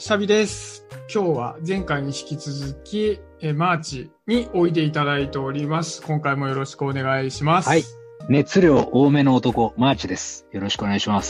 シャビです。今日は前回に引き続き、マーチにおいでいただいております。今回もよろしくお願いします。 はい。熱量多めの男、マーチです。よろしくお願いします。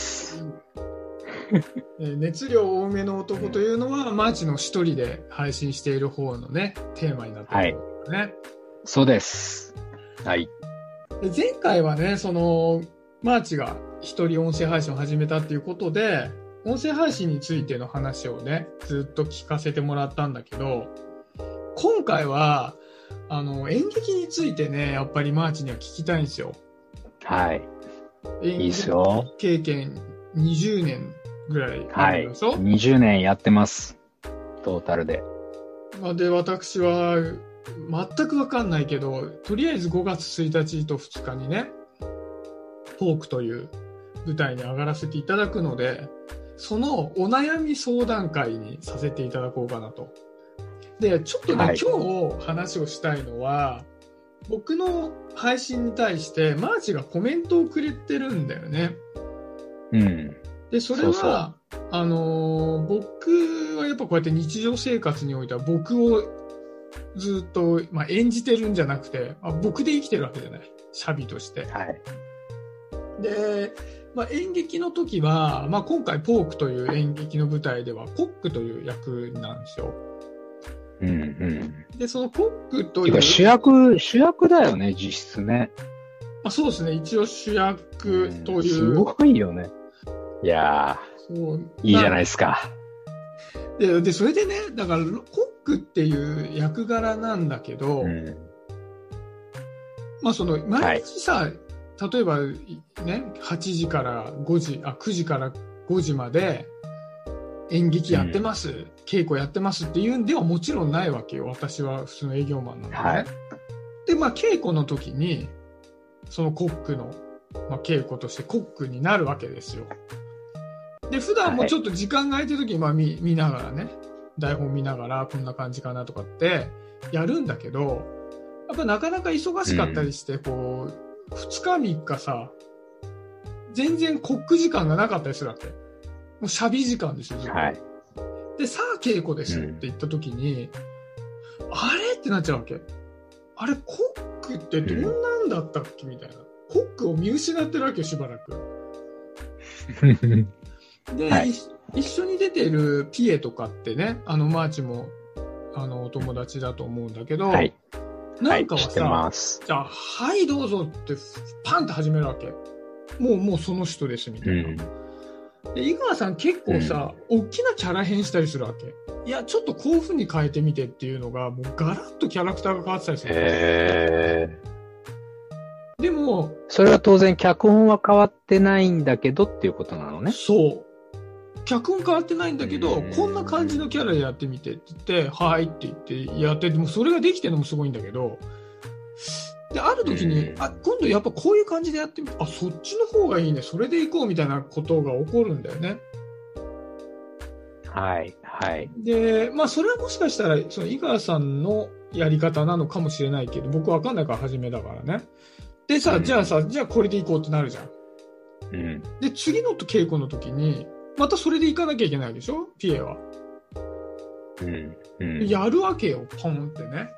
熱量多めの男というのは、マーチの一人で配信している方のね、テーマになっているんですね。 そうです。はい。 で前回はね、マーチが一人音声配信を始めたっていうことで、音声配信についての話をね、ずっと聞かせてもらったんだけど、今回は、演劇についてね、やっぱりマーチには聞きたいんですよ。 はい。 演いいですよ。 経験20年ぐらいあるでしょ？ はい。20年やってます。トータルで。 で、私は、全くわかんないけど、とりあえず5月1日と2日にね、ポークという舞台に上がらせていただくので、そのお悩み相談会にさせていただこうかなと。で、ちょっとね、 はい、 今日話をしたいのは、僕の配信に対してマーチがコメントをくれてるんだよね。 うん。 で、それは、僕はやっぱこうやって日常生活においては僕をずっと、演じてるんじゃなくて、僕で生きてるわけじゃない。シャビとして。 はい。 で、演劇の時は、今回ポークという演劇の舞台ではコックという役なんですよ。 うんうん。 で、そのコックという。 主役だよね、実質ね。 そうですね、一応主役という。 すごいよね。いやー、そういいじゃないですか。 で、それでね、だからコックっていう役柄なんだけど、毎日さ、例えばね、8時から5時、9時から5時まで演劇やってます、稽古やってますっていうんではもちろんないわけよ。私は普通の営業マンなのでね。はい、で、稽古の時に、そのコックの、稽古としてコックになるわけですよ。で、普段もちょっと時間が空いてる時に、見ながらね、台本見ながらこんな感じかなとかってやるんだけど、やっぱなかなか忙しかったりして、2日3日さ、全然コック時間がなかったりするわけ。もうシャビ時間ですよ、ずっと。はい、で、さあ稽古ですって言った時に、あれってなっちゃうわけ。あれ、コックってどんなんだったっけみたいな。コックを見失ってるわけよ、しばらく。で、はい、一緒に出てるピエとかってね、マーチも、お友達だと思うんだけど、はい、なんかはさ、じゃあ、はいどうぞってパンって始めるわけ。もうその人ですみたいな。で、井川さん結構さ、大きなキャラ変したりするわけ。いや、ちょっとこういう風に変えてみてっていうのが、もうガラッとキャラクターが変わってたりする。でも、 それは当然脚本は変わってないんだけどっていうことなのね。 そう。脚本変わってないんだけど、こんな感じのキャラでやってみてって言って、はいって言ってやって、でもそれができてるのもすごいんだけど、で、ある時に、今度やっぱこういう感じでやってみて、そっちの方がいいね、それでいこうみたいなことが起こるんだよね。 はい、はい。 で、それはもしかしたら、その井川さんのやり方なのかもしれないけど、僕わかんないから初めだからね。でさ、じゃあこれでいこうってなるじゃん。で、次の稽古の時に、またそれで行かなきゃいけないでしょピエは。やるわけよ、ポンってね。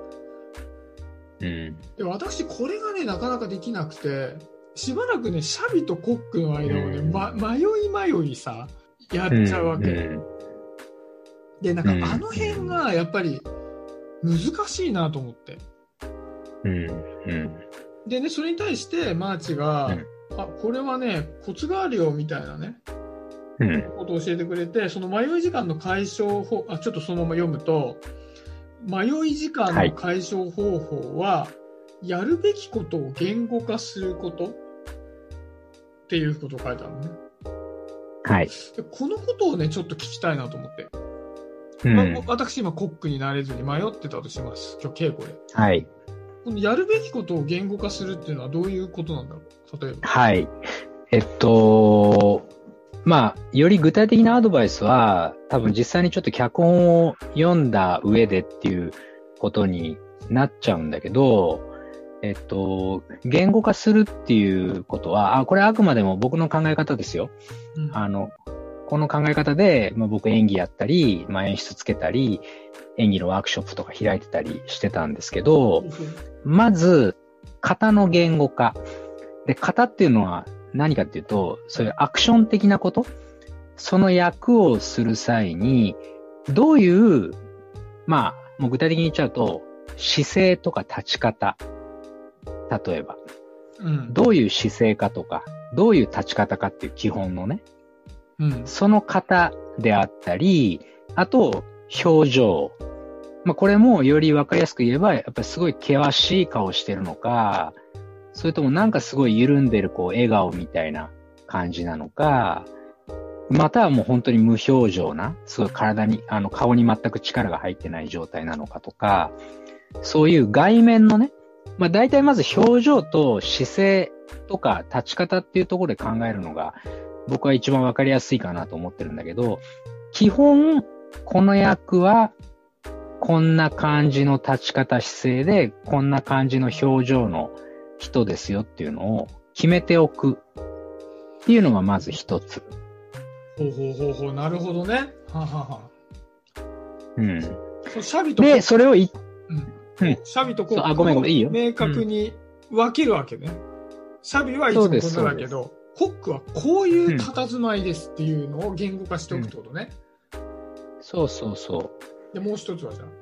で、私、これがね、なかなかできなくて、しばらくね、シャビとコックの間をね、迷いさ、やっちゃうわけ。で、なんかあの辺がやっぱり難しいなと思って。でね、それに対してマーチが、これはね、コツがあるよ、みたいなね。ことを教えてくれて、その迷い時間の解消法、ちょっとそのまま読むと、迷い時間の解消方法は、やるべきことを言語化することっていうことを書いてあるのね。 はい。 でこのことをね、ちょっと聞きたいなと思って。私今コックになれずに迷ってたとします。今日稽古で。 はい。 このやるべきことを言語化するっていうのはどういうことなんだろう？例えば。 はい。より具体的なアドバイスは、多分実際にちょっと脚本を読んだ上でっていうことになっちゃうんだけど、言語化するっていうことは、これあくまでも僕の考え方ですよ。 この考え方で、僕演技やったり、演出つけたり、演技のワークショップとか開いてたりしてたんですけど、まず、型の言語化。で、型っていうのは何かっていうと、そういうアクション的なこと、その役をする際に、どういう、もう具体的に言っちゃうと、姿勢とか立ち方。例えば、どういう姿勢かとか、どういう立ち方かっていう基本のね、その型であったり、あと、表情。これもよりわかりやすく言えば、やっぱりすごい険しい顔してるのか、それともなんかすごい緩んでる笑顔みたいな感じなのか、またはもう本当に無表情な、すごい体に、顔に全く力が入ってない状態なのかとか、そういう外面のね、大体まず表情と姿勢とか立ち方っていうところで考えるのが、僕は一番わかりやすいかなと思ってるんだけど、基本、この役は、こんな感じの立ち方姿勢で、こんな感じの表情の人ですよっていうのを決めておくっていうのがまず一つ。 なるほどね。 そうシャビとで、それをシャビとコックをいいよ。 明確に分けるわけね。シャビはいつもこんなだけど、コックはこういう佇まいですっていうのを言語化しておくってことね。 そう。 で、もう一つはじゃあ。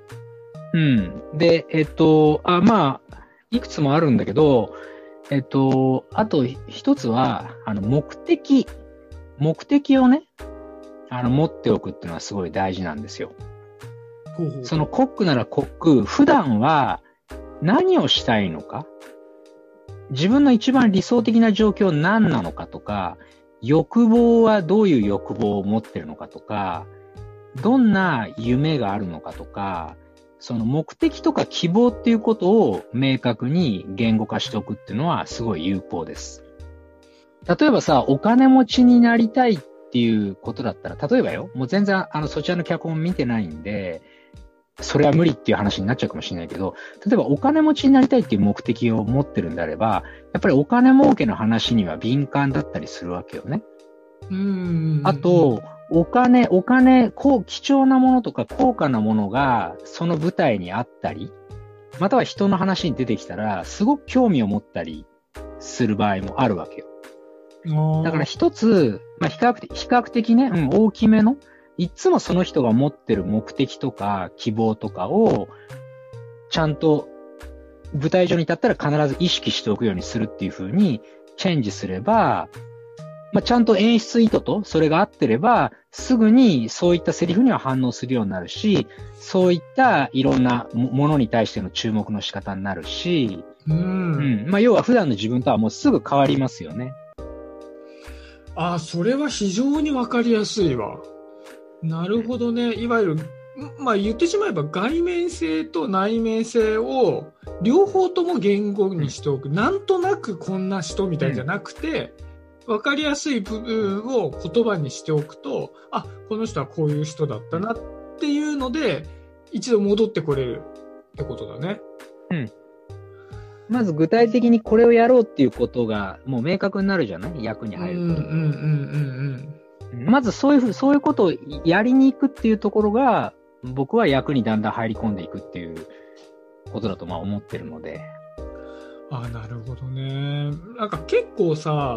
で、いくつもあるんだけど、あと一つは、目的をね、持っておくっていうのはすごい大事なんですよ。そのコックならコック、普段は何をしたいのか、自分の一番理想的な状況は何なのかとか、欲望はどういう欲望を持ってるのかとか、どんな夢があるのかとか、その目的とか希望っていうことを明確に言語化しておくっていうのはすごい有効です。例えばさ、お金持ちになりたいっていうことだったら、例えばよ、もう全然そちらの脚本見てないんで、それは無理っていう話になっちゃうかもしれないけど、例えばお金持ちになりたいっていう目的を持ってるんであれば、やっぱりお金儲けの話には敏感だったりするわけよね。あと、貴重なものとか高価なものがその舞台にあったり、または人の話に出てきたら、すごく興味を持ったりする場合もあるわけよ。だから一つ、比較的ね、大きめの、いつもその人が持ってる目的とか希望とかを、ちゃんと舞台上に立ったら必ず意識しておくようにするっていう風にチェンジすれば、ちゃんと演出意図とそれが合ってれば、すぐにそういったセリフには反応するようになるし、そういったいろんなものに対しての注目の仕方になるし、要は普段の自分とはもうすぐ変わりますよね。 それは非常にわかりやすいわ。なるほどね。いわゆる、言ってしまえば外面性と内面性を両方とも言語にしておく。なんとなくこんな人みたいじゃなくて、わかりやすい部分を言葉にしておくと、この人はこういう人だったなっていうので、一度戻ってこれるってことだね。 まず具体的にこれをやろうっていうことがもう明確になるじゃない？役に入ると。まずそういうことをやりに行くっていうところが、僕は役にだんだん入り込んでいくっていうことだと思ってるので。 なるほどね。なんか結構さ、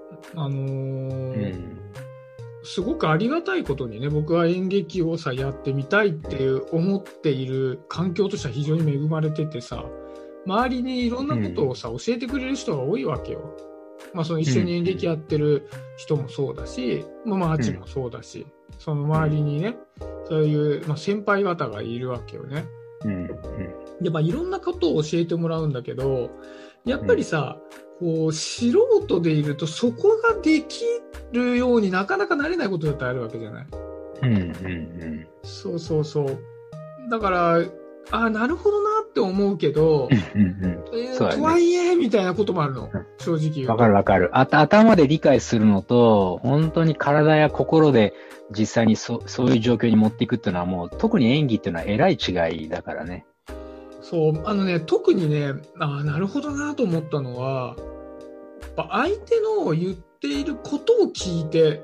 すごくありがたいことにね、僕は演劇をやってみたいって思っている環境としては非常に恵まれててさ、周りにいろんなことを教えてくれる人が多いわけよ。その一緒に演劇やってる人もそうだし、アーチもそうだし、その周りにね、そういう、先輩方がいるわけよね。で、いろんなことを教えてもらうんだけど、やっぱりさ、素人でいるとそこができるようになかなかなれないことだってあるわけじゃない。そう。だから、なるほどなって思うけど、とはいえ、みたいなこともあるの、正直言うと。 わかる。頭で理解するのと、本当に体や心で実際にそういう状況に持っていくっていうのはもう、特に演技っていうのはえらい違いだからね。 そう、特にね、なるほどなと思ったのは、相手の言っていることを聞いて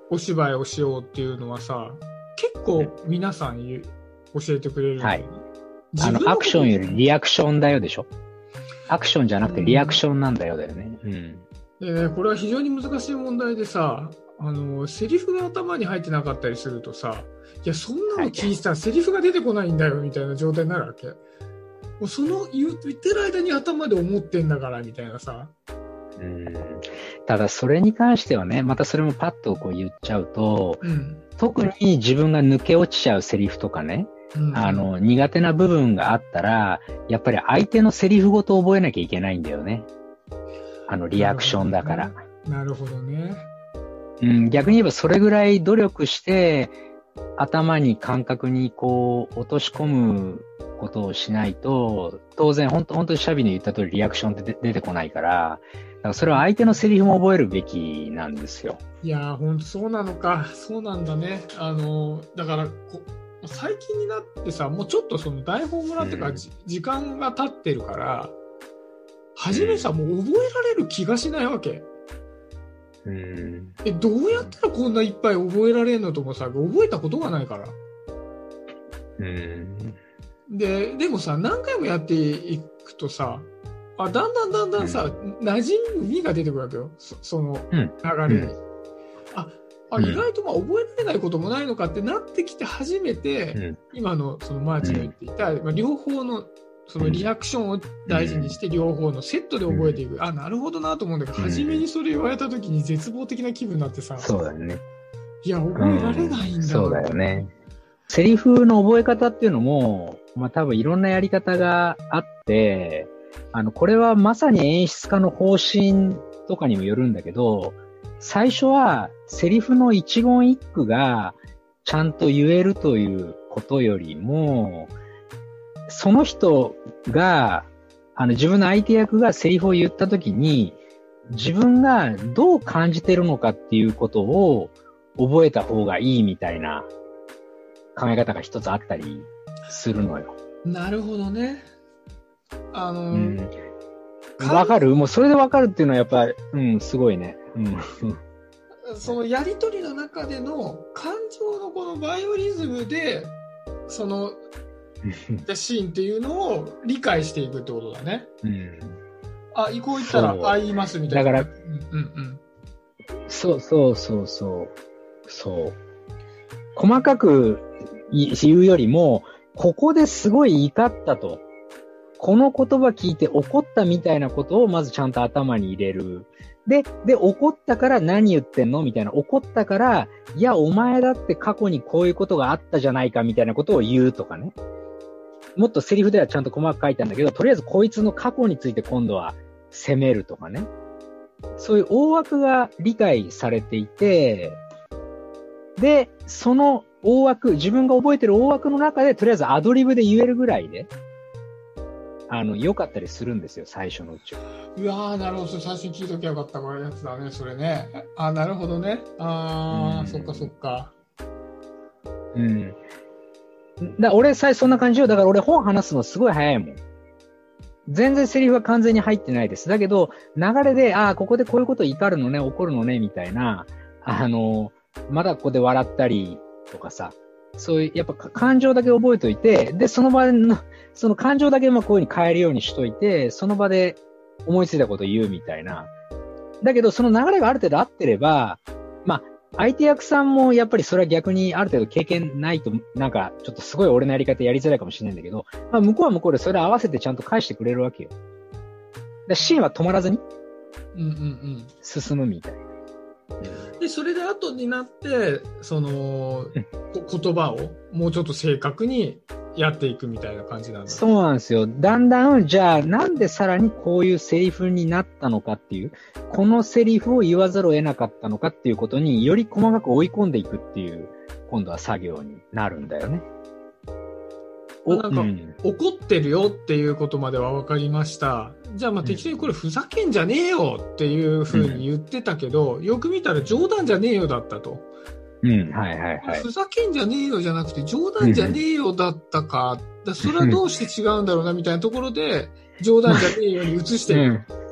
お芝居をしようっていうのはさ、結構皆さん教えてくれるんだよね。 はい。アクションよりリアクションだよでしょ。アクションじゃなくてリアクションなんだよだよね。うん。 でね、これは非常に難しい問題でさ、セリフが頭に入ってなかったりするとさ、いや、そんなの聞いてたらセリフが出てこないんだよみたいな状態になるわけ。もうその言ってる間に頭で思ってんだからみたいなさ。 ただそれに関してはね、またそれもパッとこう言っちゃうと、特に自分が抜け落ちちゃうセリフとかね、苦手な部分があったら、やっぱり相手のセリフごと覚えなきゃいけないんだよね。リアクションだから。 なるほどね。 逆に言えばそれぐらい努力して、頭に感覚にこう落とし込むことをしないと、当然本当にシャビの言った通りリアクションって出てこないから、だからそれは相手のセリフも覚えるべきなんですよ。 いやー、本当そうなのか。そうなんだね。だから最近になってさ、もうちょっとその台本もらってから、時間が経ってるから、初めさ、もう覚えられる気がしないわけ。どうやったらこんないっぱい覚えられるのともさ、覚えたことがないから。でもさ、何回もやっていくとさ、だんだんさ、馴染みが出てくるわけよ。その流れに。意外と覚えられないこともないのかってなってきて初めて、今のそのマーチが言っていた、両方のそのリアクションを大事にして両方のセットで覚えていく。なるほどなと思うんだけど、初めにそれ言われた時に絶望的な気分になってさ。 そうだよね。 いや、覚えられないんだそうだよね。セリフの覚え方っていうのも、多分いろんなやり方があって、これはまさに演出家の方針とかにもよるんだけど、最初はセリフの一言一句がちゃんと言えるということよりも、その人が、自分の相手役がセリフを言ったときに、自分がどう感じてるのかっていうことを覚えた方がいいみたいな考え方が一つあったりするのよ。 なるほどね。 わかる？もうそれでわかるっていうのはやっぱり、すごいね。 そのやりとりの中での感情のこのバイオリズムで、その、シーンっていうのを理解していくってことだね。こう言ったら、言いますみたいな。 だから、そう。細かく言うよりも、ここですごい怒ったと。この言葉聞いて怒ったみたいなことをまずちゃんと頭に入れる。で、怒ったから何言ってんのみたいな。怒ったから、いや、お前だって過去にこういうことがあったじゃないかみたいなことを言うとかね。もっとセリフではちゃんと細かく書いたんだけど、とりあえずこいつの過去について今度は責めるとかね。そういう大枠が理解されていて、で、その大枠、自分が覚えてる大枠の中でとりあえずアドリブで言えるぐらいで、良かったりするんですよ、最初のうちは。 うわー、なるほど。最初に聞いときゃよかったやつだね、それね。なるほどね。そっか。 俺さえそんな感じよ。だから俺本話すのすごい早いもん。全然セリフは完全に入ってないです。だけど、流れで、ここでこういうこと怒るのね、怒るのね、みたいな、まだここで笑ったりとかさ、そういう、やっぱ感情だけ覚えといて、で、その場の、その感情だけこういう風に変えるようにしといて、その場で思いついたことを言うみたいな。だけど、その流れがある程度合ってれば、相手役さんもやっぱりそれは逆にある程度経験ないと、なんかちょっとすごい俺のやり方やりづらいかもしれないんだけど、向こうは向こうでそれ合わせてちゃんと返してくれるわけよ。シーンは止まらずに進むみたいな。 で、それで後になって、その、言葉をもうちょっと正確にやっていくみたいな感じなんだ。 そうなんですよ。だんだん、じゃあなんでさらにこういうセリフになったのかっていう、このセリフを言わざるを得なかったのかっていうことにより細かく追い込んでいくっていう、今度は作業になるんだよね。 なんか、怒ってるよっていうことまでは分かりました。じゃあ適当にこれふざけんじゃねえよっていうふうに言ってたけど、よく見たら冗談じゃねえよだったと。ふざけんじゃねえよじゃなくて冗談じゃねえよだったか。それはどうして違うんだろうなみたいなところで、冗談じゃねえよに移してる。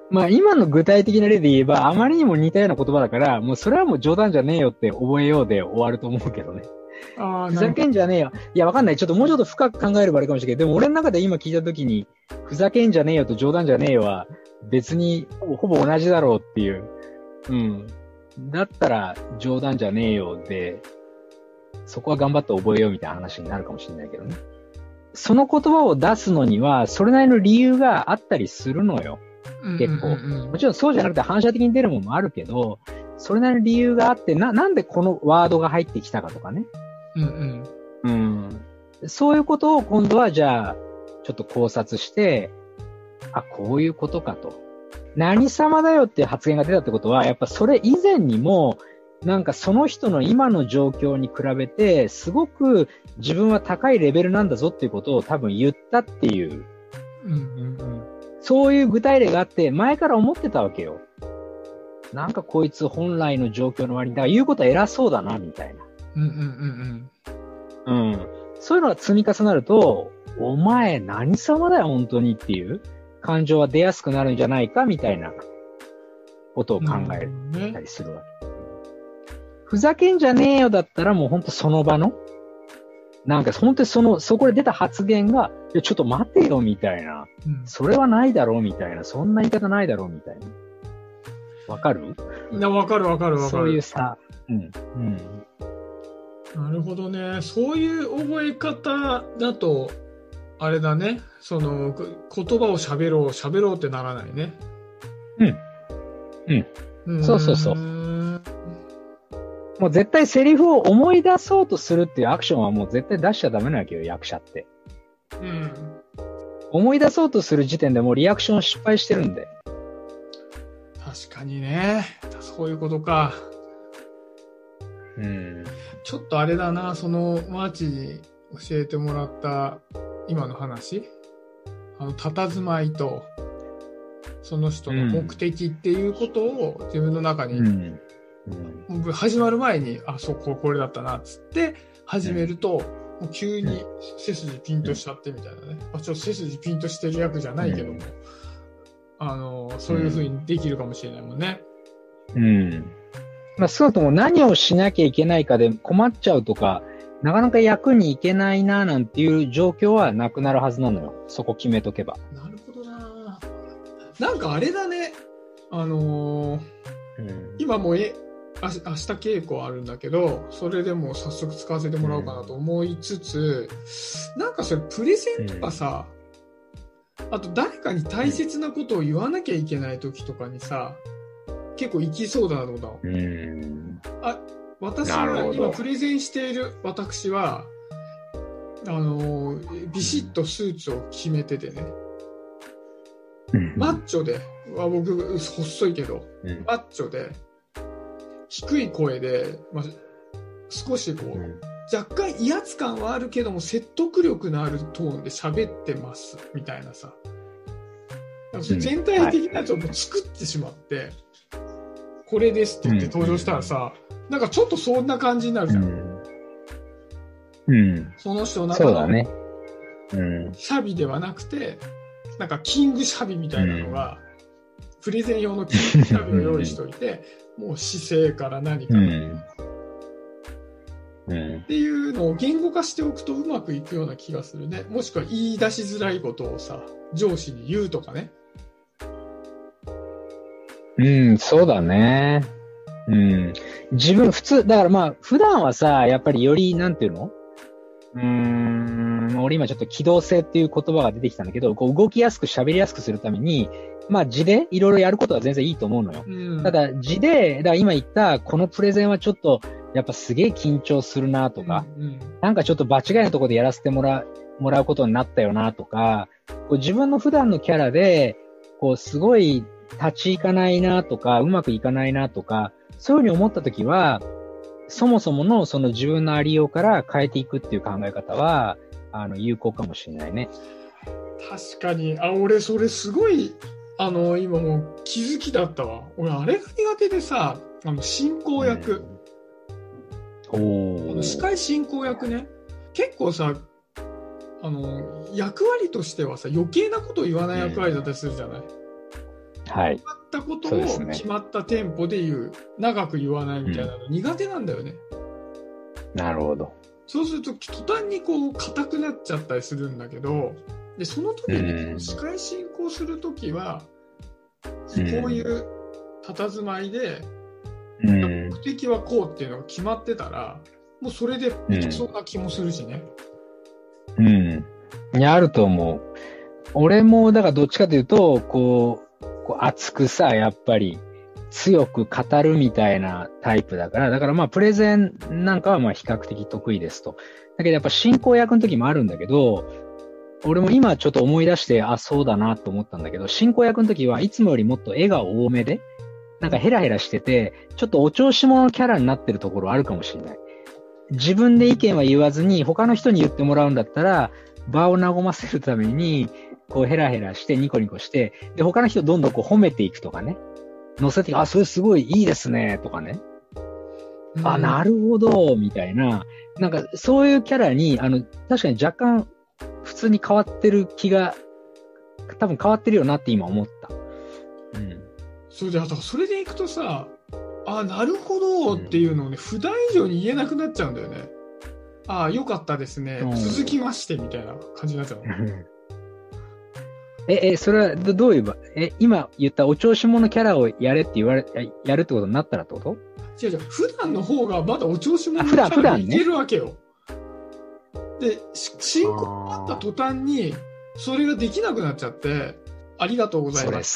まあ今の具体的な例で言えば、あまりにも似たような言葉だから、もうそれはもう冗談じゃねえよって覚えようで終わると思うけどね。 ああ、 ふざけんじゃねえよ。いや、わかんない。ちょっともうちょっと深く考えればあれかもしれないけど、でも俺の中で今聞いたときに、ふざけんじゃねえよと冗談じゃねえよは、別にほぼ同じだろうっていう。うん。だったら冗談じゃねえよで、そこは頑張って覚えようみたいな話になるかもしれないけどね。その言葉を出すのには、それなりの理由があったりするのよ。結構。もちろんそうじゃなくて反射的に出るものもあるけど、それなりの理由があって、なんでこのワードが入ってきたかとかね。そういうことを今度はじゃあ、ちょっと考察して、あ、こういうことかと。何様だよっていう発言が出たってことは、やっぱそれ以前にも、なんかその人の今の状況に比べて、すごく自分は高いレベルなんだぞっていうことを多分言ったっていう。そういう具体例があって、前から思ってたわけよ。なんかこいつ本来の状況の割に、だから言うことは偉そうだな、みたいな。そういうのが積み重なると、お前何様だよ、本当にっていう感情は出やすくなるんじゃないか、みたいなことを考えたりするわけ。ふざけんじゃねえよだったらもう本当その場の、なんか本当にそこで出た発言が、いやちょっと待てよみたいな、それはないだろうみたいな、そんな言い方ないだろうみたいな。わかる？ わかる。 そういうさ、 なるほどね。そういう覚え方だと、あれだね。その言葉を喋ろうってならないね。 そう。もう絶対セリフを思い出そうとするっていうアクションはもう絶対出しちゃダメなわけよ、役者って。思い出そうとする時点でもうリアクション失敗してるんで。 確かにね。そういうことか。ちょっとあれだな、そのマーチに教えてもらった今の話、佇まいとその人の目的っていうことを自分の中に、始まる前にこれだったなっつって始めると、もう急に背筋ピンとしちゃってみたいなね。ちょっと背筋ピンとしてる役じゃないけども、そういう風にできるかもしれないもんね。 まあ、少なくとも何をしなきゃいけないかで困っちゃうとか、なかなか役に行けないななんていう状況はなくなるはずなのよ。そこ決めとけば。 なるほどな。なんかあれだね。今も明日稽古あるんだけど、それでも早速使わせてもらおうかなと思いつつ、なんかそれプレゼンとかさ、あと誰かに大切なことを言わなきゃいけない時とかにさ、結構いきそうだなと思ったの。私は今プレゼンしている私はビシッとスーツを決めててね、マッチョで、僕細いけど、マッチョで低い声で、少し若干威圧感はあるけども説得力のあるトーンで喋ってますみたいなさ、全体的なやつをもう作ってしまって、これですって言って登場したらさ、なんかちょっとそんな感じになるじゃん。その人の中のシャビではなくて、なんかキングシャビみたいなのが、プレゼン用のキングシャビを用意しておいて、もう姿勢から何から、っていうのを言語化しておくとうまくいくような気がするね。もしくは言い出しづらいことをさ、上司に言うとかね。 そうだね。自分普通、だから普段はさ、やっぱりより、なんていうの？俺今ちょっと機動性っていう言葉が出てきたんだけど、動きやすく喋りやすくするために、字でいろいろやることは全然いいと思うのよ。ただ字で、だから今言ったこのプレゼンはちょっと、やっぱすげえ緊張するなとか、なんかちょっと場違いのところでやらせてもらうことになったよなとか、自分の普段のキャラで、すごい立ち行かないなとか、うまくいかないなとか、そういうふうに思ったときは、そもそものその自分のありようから変えていくっていう考え方は、有効かもしれないね。 確かに。俺それすごい、今もう気づきだったわ。俺あれが苦手でさ、進行役。司会進行役ね。結構さ、役割としてはさ、余計なことを言わない役割だったりするじゃない。 はい。 決まったことをそうですね。 決まったテンポで言う。長く言わないみたいなの苦手なんだよね。 なるほど。 そうすると途端にこう硬くなっちゃったりするんだけど、でその時に司会進行する時は、こういう佇まいで、目的はこうっていうのが決まってたら、もうそれでいけそうな気もするしね。 いや、あると思う。俺も、だからどっちかというと、こう熱くさ、やっぱり強く語るみたいなタイプだから、だからまあプレゼンなんかはまあ比較的得意ですと。だけどやっぱ進行役の時もあるんだけど、俺も今ちょっと思い出して、あ、そうだなと思ったんだけど、進行役の時はいつもよりもっと笑顔多めで、なんかヘラヘラしてて、ちょっとお調子者キャラになってるところあるかもしれない。自分で意見は言わずに、他の人に言ってもらうんだったら、場を和ませるために、こうヘラヘラしてニコニコして、で、他の人どんどんこう褒めていくとかね。乗せて、あ、それすごいいいですね、とかね。あ、なるほど、みたいな。なんか、そういうキャラに、確かに若干、普通に変わってる気が、多分変わってるよなって今思った。 そうだからそれでいくとさ、あ、なるほどっていうのをね、普段以上に言えなくなっちゃうんだよね。あ、よかったですね。続きましてみたいな感じになっちゃうの。それはどういう場、今言ったお調子者キャラをやれってやるってことになったらってこと？ 違う。普段の方がまだお調子者キャラでいけるわけよ。で、進行になった途端に、それができなくなっちゃって、ありがとうございます。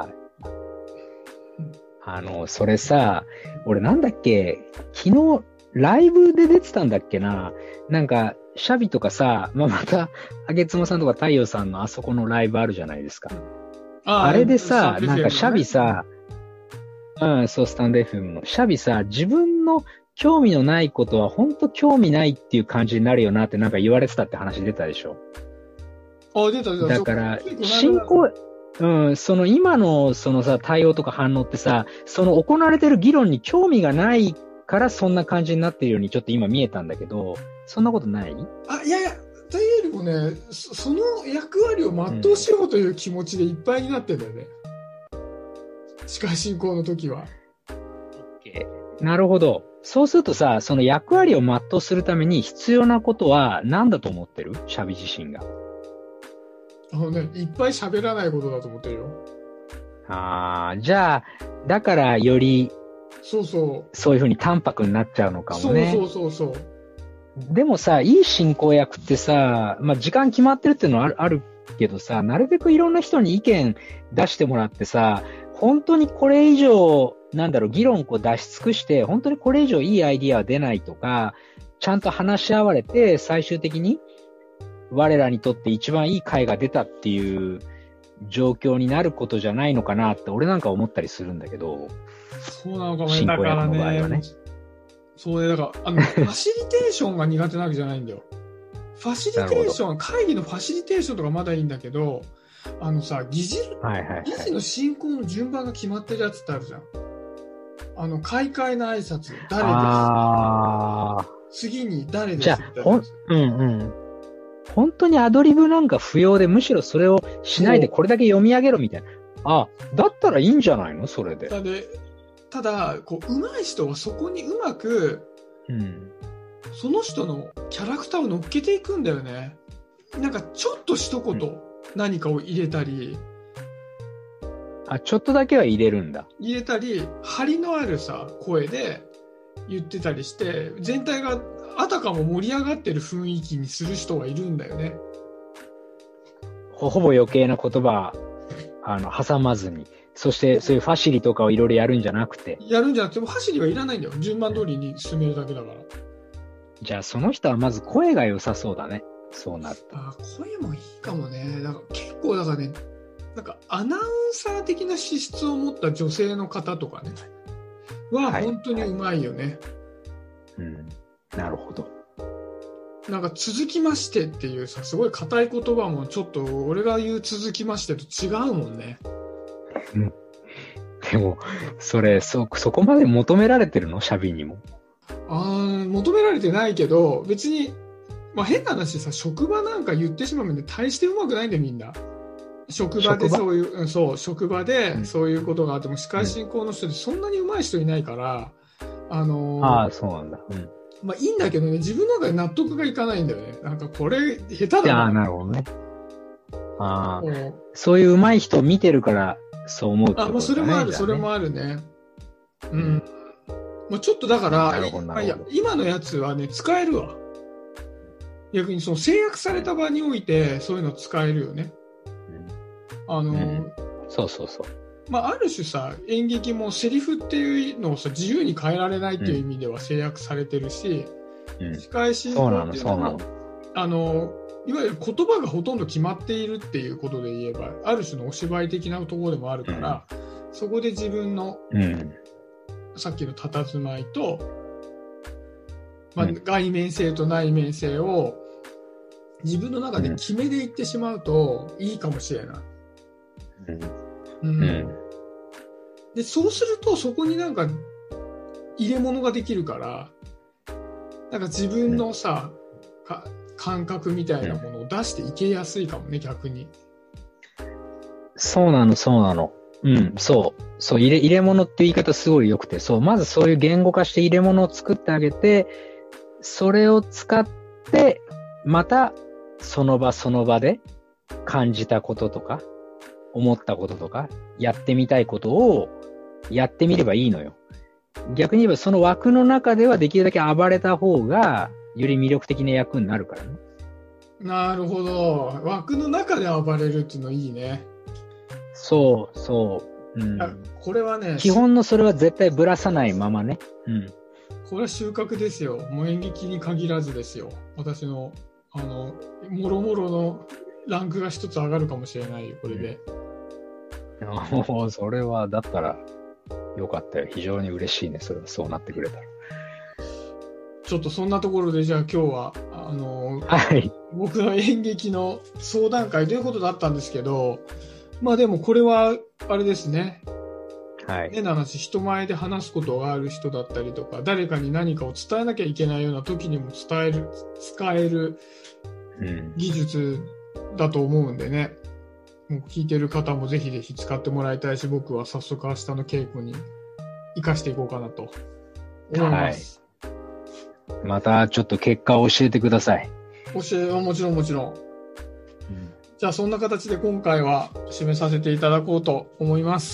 それさ、俺なんだっけ、昨日ライブで出てたんだっけな。なんか、シャビとかさ、また、あげつもさんとか太陽さんのあそこのライブあるじゃないですか。あれでさ、なんかシャビさ、そう、スタンド FM の。シャビさ、自分の興味のないことは本当興味ないっていう感じになるよなってなんか言われてたって話出たでしょ。 あ、出た。 だから、進行、その今のそのさ、対応とか反応ってさ、その行われてる議論に興味がないからそんな感じになってるようにちょっと今見えたんだけど、そんなことない？ あ、いやいや、というよりもね、その役割を全うしようという気持ちでいっぱいになってんだよね。司会進行の時は。 なるほど。そうするとさ、その役割を全うするために必要なことは何だと思ってる？シャビ自身が。 いっぱい喋らないことだと思ってるよ。 じゃあ、だからより、 そういうふうに淡白になっちゃうのかもね。 そう。 でもさ、いい進行役ってさ、まあ、時間決まってるっていうのはあるけどさ、なるべくいろんな人に意見出してもらってさ、本当にこれ以上、議論を出し尽くして、本当にこれ以上いいアイディアは出ないとか、ちゃんと話し合われて、最終的に我らにとって一番いい回が出たっていう状況になることじゃないのかなって俺なんか思ったりするんだけど。 そうなのかもね。だからね。そうね、だからファシリテーションが苦手なわけじゃないんだよ。ファシリテーション、会議のファシリテーションとかまだいいんだけど、議事の進行の順番が決まってるやつってあるじゃん。開会の挨拶、誰です。次に誰です。じゃあ、本当にアドリブなんか不要で、むしろそれをしないでこれだけ読み上げろみたいな。あ、だったらいいんじゃないのそれで。 ただ、上手い人はそこにうまく、その人のキャラクターを乗っけていくんだよね。なんかちょっと一言何かを入れたり。 ちょっとだけは入れるんだ。 入れたり、張りのあるさ、声で言ってたりして、全体があたかも盛り上がってる雰囲気にする人がいるんだよね。 ほぼ余計な言葉、挟まずに。そして、そういうファシリとかをいろいろやるんじゃなくて。 やるんじゃなくても、ファシリはいらないんだよ。順番通りに進めるだけだから。 じゃあ、その人はまず声が良さそうだね。そうなると。 声もいいかもね。だから結構、だからね、なんかアナウンサー的な資質を持った女性の方とかね、は本当にうまいよね。 なるほど。 なんか続きましてっていうさ、すごい硬い言葉もちょっと俺が言う続きましてと違うもんね。 でも、そこまで求められてるの？シャビにも。 求められてないけど、別に、変な話さ、職場なんか言ってしまうので大してうまくないんだよ、みんな。 職場でそういう、そう、職場でうんそういうことがあっても、司会進行の人でそんなに上手い人いないから、 ああ、そうなんだ。うん。 まあいいんだけどね、自分の中で納得がいかないんだよね。なんかこれ、下手だああ、 な。 なるほどね。ああ、 こうそういう上手い人を見てるから、そう思うってあ、まあ、 ことだね。 それもある、 じゃあねそれもあるね。うん。まあ、ちょっとだから、 なるほど、 まあ、いや、 なるほど。 今のやつはね、使えるわ。逆にその制約された場において、そういうの使えるよね。あの、 そうそうそう。 まあ、ある種さ、演劇もセリフっていうのをさ、自由に変えられないっていう意味では制約されてるし、司会進行っていうのも、いわゆる言葉がほとんど決まっているっていうことで言えば、ある種のお芝居的なところでもあるから、そこで自分の、さっきの佇まいと、まあ、外面性と内面性を自分の中で決めていってしまうといいかもしれない。で、そうするとそこになんか入れ物ができるから、なんか自分のさ、感覚みたいなものを出していけやすいかもね、逆に。 そうなの、そうなの。そう。そう、入れ物っていう言い方すごい良くて、そう、まずそういう言語化して入れ物を作ってあげて、それを使って、また、その場その場で感じたこととか、思ったこととか、やってみたいことをやってみればいいのよ。逆に言えばその枠の中ではできるだけ暴れた方が、より魅力的な役になるからね。 なるほど。枠の中で暴れるっていうのいいね。 そう、そう。 これはね、 基本のそれは絶対ぶらさないままね。 これは収穫ですよ。もう演劇に限らずですよ。私の、もろもろのランクが一つ上がるかもしれないよ、これで。 それは、だったら、よかったよ。非常に嬉しいね。それはそうなってくれたら。 ちょっとそんなところで、じゃあ今日は、 はい。 僕の演劇の相談会ということだったんですけど、まあでもこれは、あれですね。 はい。 変な話、人前で話すことがある人だったりとか、誰かに何かを伝えなきゃいけないような時にも使える技術だと思うんでね。もう聞いてる方もぜひぜひ使ってもらいたいし、僕は早速明日の稽古に生かしていこうかなと思います。 はい、またちょっと結果を教えてください。 もちろんもちろん。じゃあそんな形で今回は締めさせていただこうと思います。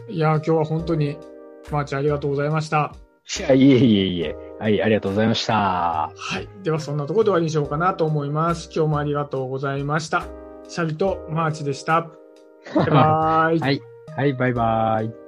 いや、今日は本当にマーチありがとうございました。 いや、いえいえいえ。はい、ありがとうございました。 はい。ではそんなところで終わりにしようかなと思います。今日もありがとうございました。シャビとマーチでした。バイバーイ。 はい。はい、バイバイ。